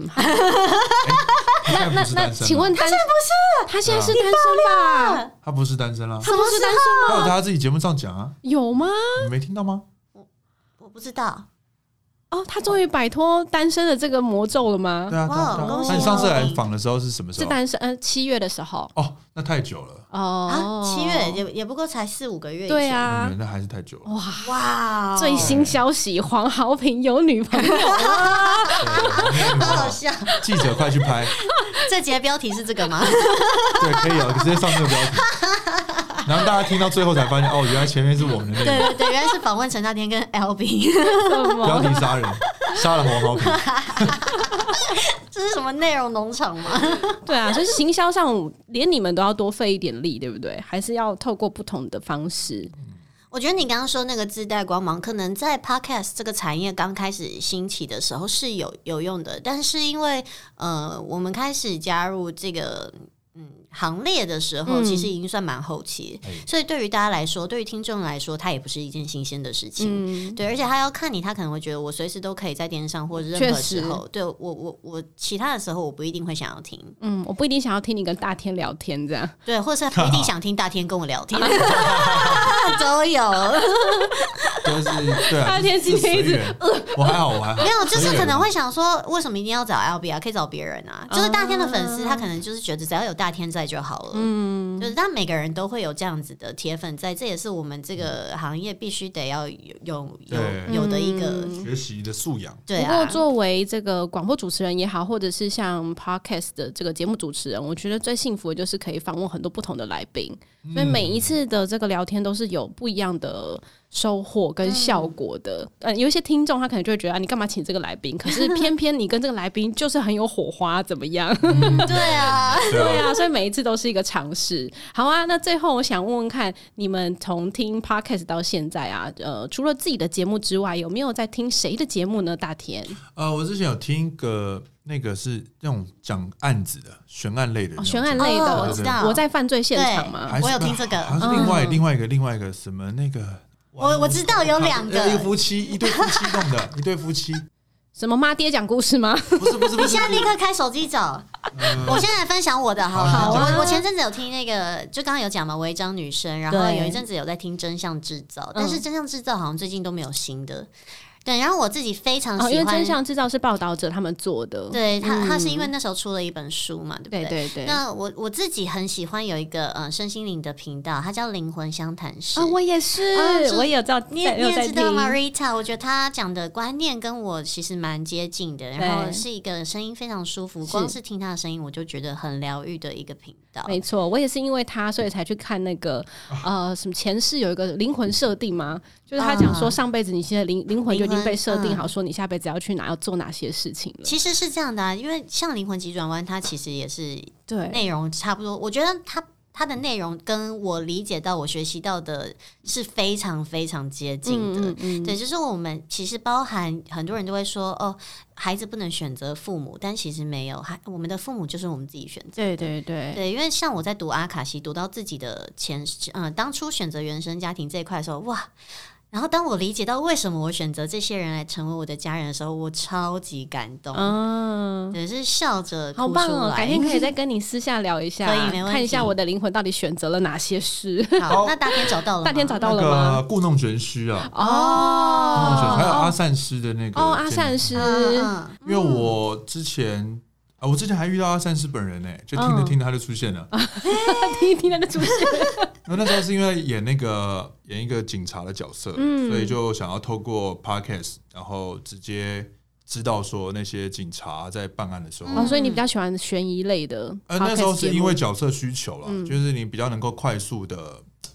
那请问他现在不是？他现在是单身吧？ 他不是单身啦， 他不是单身吗？ 他有在他自己节目上讲啊， 有吗？ 你没听到吗？ 我不知道。 哦，他终于摆脱单身的这个魔咒了吗？ 对啊， 恭喜！ 那你上次来访的时候是什么时候？ 是单身，7月的时候。 哦，那太久了。 哦 ，7月也不过才4-5个月。 对啊， 那还是太久了。 哇！ 最新消息，黄豪平有女朋友啊！ 好好笑。 记者快去拍。 这节标题是这个吗？ 对，可以直接上这个标题。然后大家听到最后才发现，哦，原来前面是我们的内容。 对，原来是访问陈大天跟 LB。 标题杀人，杀了黄豪平。 这是什么内容农场吗？ 对啊，所以行销上连你们都要多费一点力，对不对？还是要透过不同的方式。 我觉得你刚刚说那个自带光芒，可能在 Podcast 这个产业刚开始兴起的时候是有用的，但是因为我们开始加入这个行列的时候，其实已经算蛮后期，所以对于大家来说，对于听众来说，它也不是一件新鲜的事情。对，而且他要看你，他可能会觉得我随时都可以在电视上或者任何时候，对我其他的时候我不一定会想要听， 我不一定想要听你跟大天聊天这样， 对，或者是不一定想听大天跟我聊天，都有。 就是对啊， 大天今天一直我还好， 没有，就是可能会想说，为什么一定要找 LB 啊？可以找别人啊。就是大天的粉丝，他可能就是觉得只要有大天在就好了。就是但每个人都会有这样子的铁粉在，这也是我们这个行业必须得要有的一个学习的素养。 对啊。 不过作为这个广播主持人也好，或者是像 Podcast 的这个节目主持人，我觉得最幸福的就是可以访问很多不同的来宾，所以每一次的这个聊天都是有不一样的收获跟效果的。有一些听众他可能就会觉得你干嘛请这个来宾？可是偏偏你跟这个来宾就是很有火花，怎么样？ 对啊， 对啊，所以每一次都是一个尝试。好啊，那最后我想问问看，你们从听 Podcast 到现在啊，除了自己的节目之外，有没有在听谁的节目呢？大田， 我之前有听那个是那种讲案子的悬案类的， 悬案类的， 我知道， 我在犯罪现场嘛， 我有听这个， 好像是另外一个什么那个， 我知道有2个， 一对夫妻弄的，一对夫妻。 什么妈爹讲故事吗？ 不是， 你现在立刻开手机找。我现在来分享我的好了。 好啊， 我前阵子有听那个，就刚刚有讲嘛，违章女生，然后有一阵子有在听真相制造，但是真相制造好像最近都没有新的。对，然后我自己非常喜欢， 因为真相制造是报道者他们做的， 对他是因为那时候出了一本书嘛，对不对？ 对对对。 那我自己很喜欢有一个身心灵的频道，它叫灵魂相谈室。 我也是，我也有知道， 你也知道吗 Rita？ 我觉得他讲的观念跟我其实蛮接近的，然后是一个声音非常舒服，光是听他的声音我就觉得很疗愈的一个频道。 没错，我也是因为他，所以才去看那个什么前世有一个灵魂设定嘛，就是他讲说上辈子你现在灵魂就已经被设定好，说你下辈子要去哪，要做哪些事情了。 其实是这样的啊，因为像灵魂急转弯，它其实也是对内容差不多。我觉得它的内容跟我理解到、我学习到的是非常非常接近的。对，就是我们其实包含很多人都会说哦，孩子不能选择父母，但其实没有，我们的父母就是我们自己选择的。对，因为像我在读阿卡西，读到自己的当初选择原生家庭这一块的时候，哇！然后当我理解到为什么我选择这些人来成为我的家人的时候，我超级感动，只是笑着哭出来。 好棒哦！改天可以再跟你私下聊一下， 可以没问题， 看一下我的灵魂到底选择了哪些事。 好，那大天找到了吗？ 大天找到了吗？ 那个故弄玄虚啊，还有阿善师的那个阿善师， 因为我之前还遇到阿善师本人就听着听着他就出现了， 听他就出现。 那时候是因为演一个警察的角色，所以就想要透过 podcast， 然后直接知道说那些警察在办案的时候， 所以你比较喜欢悬疑类的。 那时候是因为角色需求啦，就是你比较能够快速的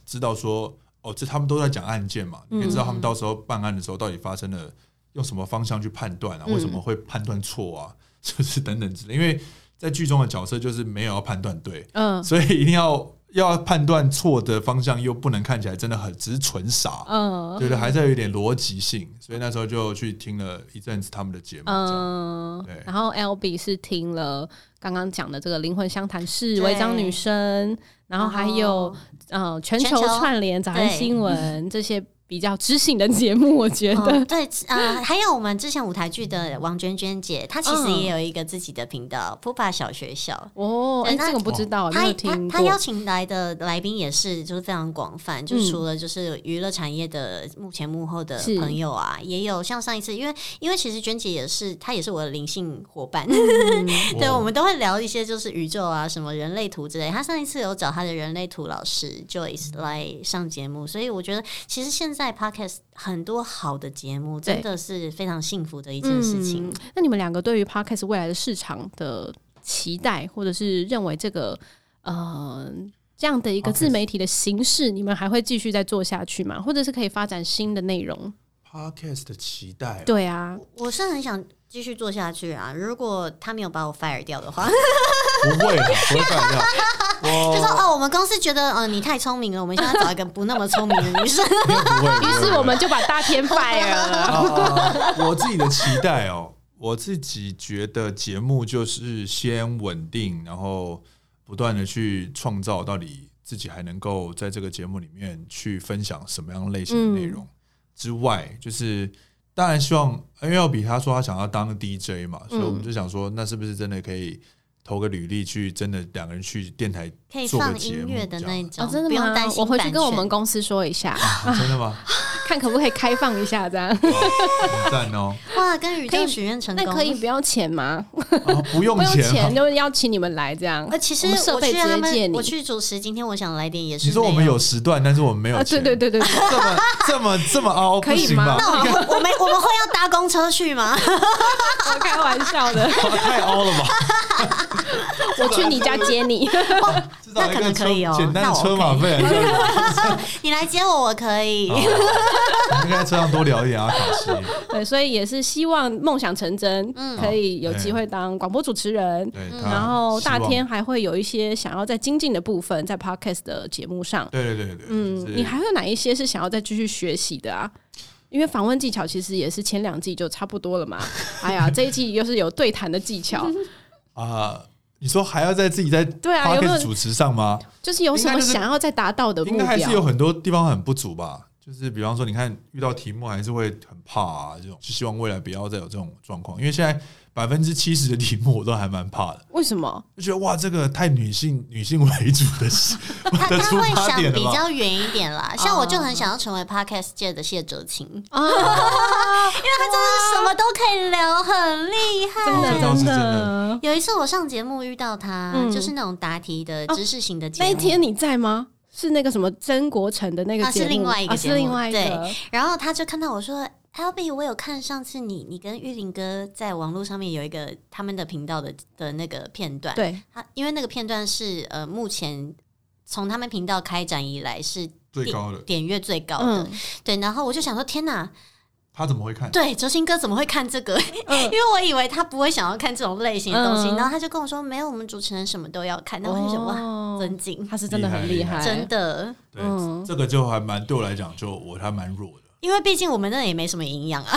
知道说这他们都在讲案件嘛，你可以知道他们到时候办案的时候到底发生了用什么方向去判断啊，为什么会判断错啊，就是等等之类。因为在剧中的角色就是没有要判断对，所以一定要判断错的方向又不能看起来真的很只是纯傻，对对，还是要有点逻辑性，所以那时候就去听了一阵子他们的节目，对。 然后 LB 是听了刚刚讲的这个灵魂相谈室、违章女生，然后还有全球串联、早安新闻这些比较知性的节目，我觉得对，还有我们之前舞台剧的王娟娟姐，她其实也有一个自己的频道，Pupa 小学校。 这个不知道，没有听过。 她邀请来的来宾也是就是非常广泛，就除了就是娱乐产业的幕前幕后的朋友啊，也有像上一次，因为其实娟姐她也是我的灵性伙伴，对，我们都会聊一些就是宇宙啊，什么人类图之类。她上一次有找她的人类图老师 Joyce 来上节目，所以我觉得其实现在 Podcast 很多好的节目真的是非常幸福的一件事情。 那你们两个对于 Podcast 未来的市场的期待，或者是认为这个这样的一个自媒体的形式，你们还会继续再做下去吗？或者是可以发展新的内容 ？Podcast 的期待， 对啊， 我是很想继续做下去啊。如果他没有把我 fire 掉的话， 不会 fire 掉。 就说我们公司觉得你太聪明了，我们现在找一个不那么聪明的女生。 于是我们就把大天 fire 了。 我自己的期待我自己觉得节目就是先稳定，然后不断的去创造到底自己还能够在这个节目里面去分享什么样类型的内容之外，就是当然希望，因为LB他说他想要当 DJ 嘛，所以我们就想说那是不是真的可以投个履历去真的两个人去电台可以放音乐的那种， 真的吗？ 不用担心版权。 我回去跟我们公司说一下。 真的吗？ 看可不可以开放一下这样。 很赞哦！ 哇，跟宇宙许愿成功， 那可以不要钱吗？ 不用钱， 就邀请你们来这样。 其实设备直接借你。 我去主持，今天我想来点也是。 你说我们有时段，但是我们没有钱。 对， 这么凹， 可以吗？ 那我们会要搭公车去吗？ 我开玩笑的。 太凹了吧！ 我去你家接你。 那可能可以简单的车马费。 你来接我可以。 我们应该在车上多聊一点阿卡西。 对，所以也是希望梦想成真，可以有机会当广播主持人。然后大天还会有一些想要再精进的部分，在 Podcast 的节目上。 对， 你还有哪一些是想要再继续学习的啊？因为访问技巧其实也是前2季就差不多了嘛。哎呀，这一季又是有对谈的技巧你说还要自己在 Podcast 主持上吗？ 就是有什么想要再达到的目标？ 应该还是有很多地方很不足吧。就是比方说，你看遇到题目还是会很怕啊，这种就希望未来不要再有这种状况。因为现在70%的题目我都还蛮怕的。 为什么？ 就觉得哇，这个太女性为主的他会想比较远一点啦。像我就很想要成为 Podcast 界的谢哲青因为他真的什么都可以聊，很厉害， 真的。 有一次我上节目遇到他，就是那种答题的知识型的节目。 那一天你在吗？是那个什么曾国成的那个节目， 是另外一个节目， 是另外一个。 对，然后他就看到我说 ：“LB， 我有看上次你跟玉林哥在网络上面有一个他们的频道的那个片段。 对， 因为那个片段是目前从他们频道开展以来是最高的点阅最高的。对，然后我就想说，天哪！” 他怎么会看？ 对，哲星哥怎么会看这个？因为我以为他不会想要看这种类型的东西，然后他就跟我说：“没有，我们主持人什么都要看。”然后我就想哇，尊敬， 他是真的很厉害， 真的。 对，这个就还蛮对我来讲，我还蛮弱的， 因为毕竟我们那也没什么营养啊。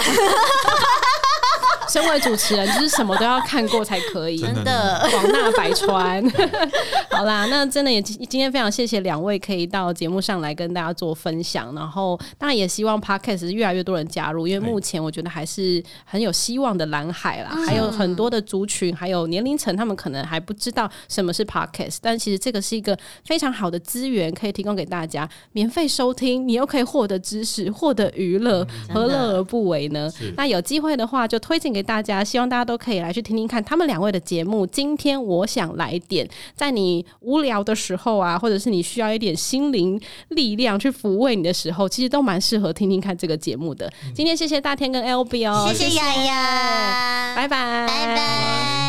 身为主持人，就是什么都要看过才可以， 真的广纳百川。好啦，那真的也今天非常谢谢2位可以到节目上来跟大家做分享，然后当然也希望 Podcast 越来越多人加入，因为目前我觉得还是很有希望的蓝海啦，还有很多的族群还有年龄层，他们可能还不知道什么是 Podcast， 但其实这个是一个非常好的资源，可以提供给大家免费收听，你又可以获得知识获得娱乐，何乐而不为呢？那有机会的话就推荐给大家，希望大家都可以来去听听看他们2位的节目。今天我想来点，在你无聊的时候啊，或者是你需要一点心灵力量去抚慰你的时候，其实都蛮适合听听看这个节目的。今天谢谢大天跟 LB 哦， 谢谢雅雅， 拜拜， 拜拜。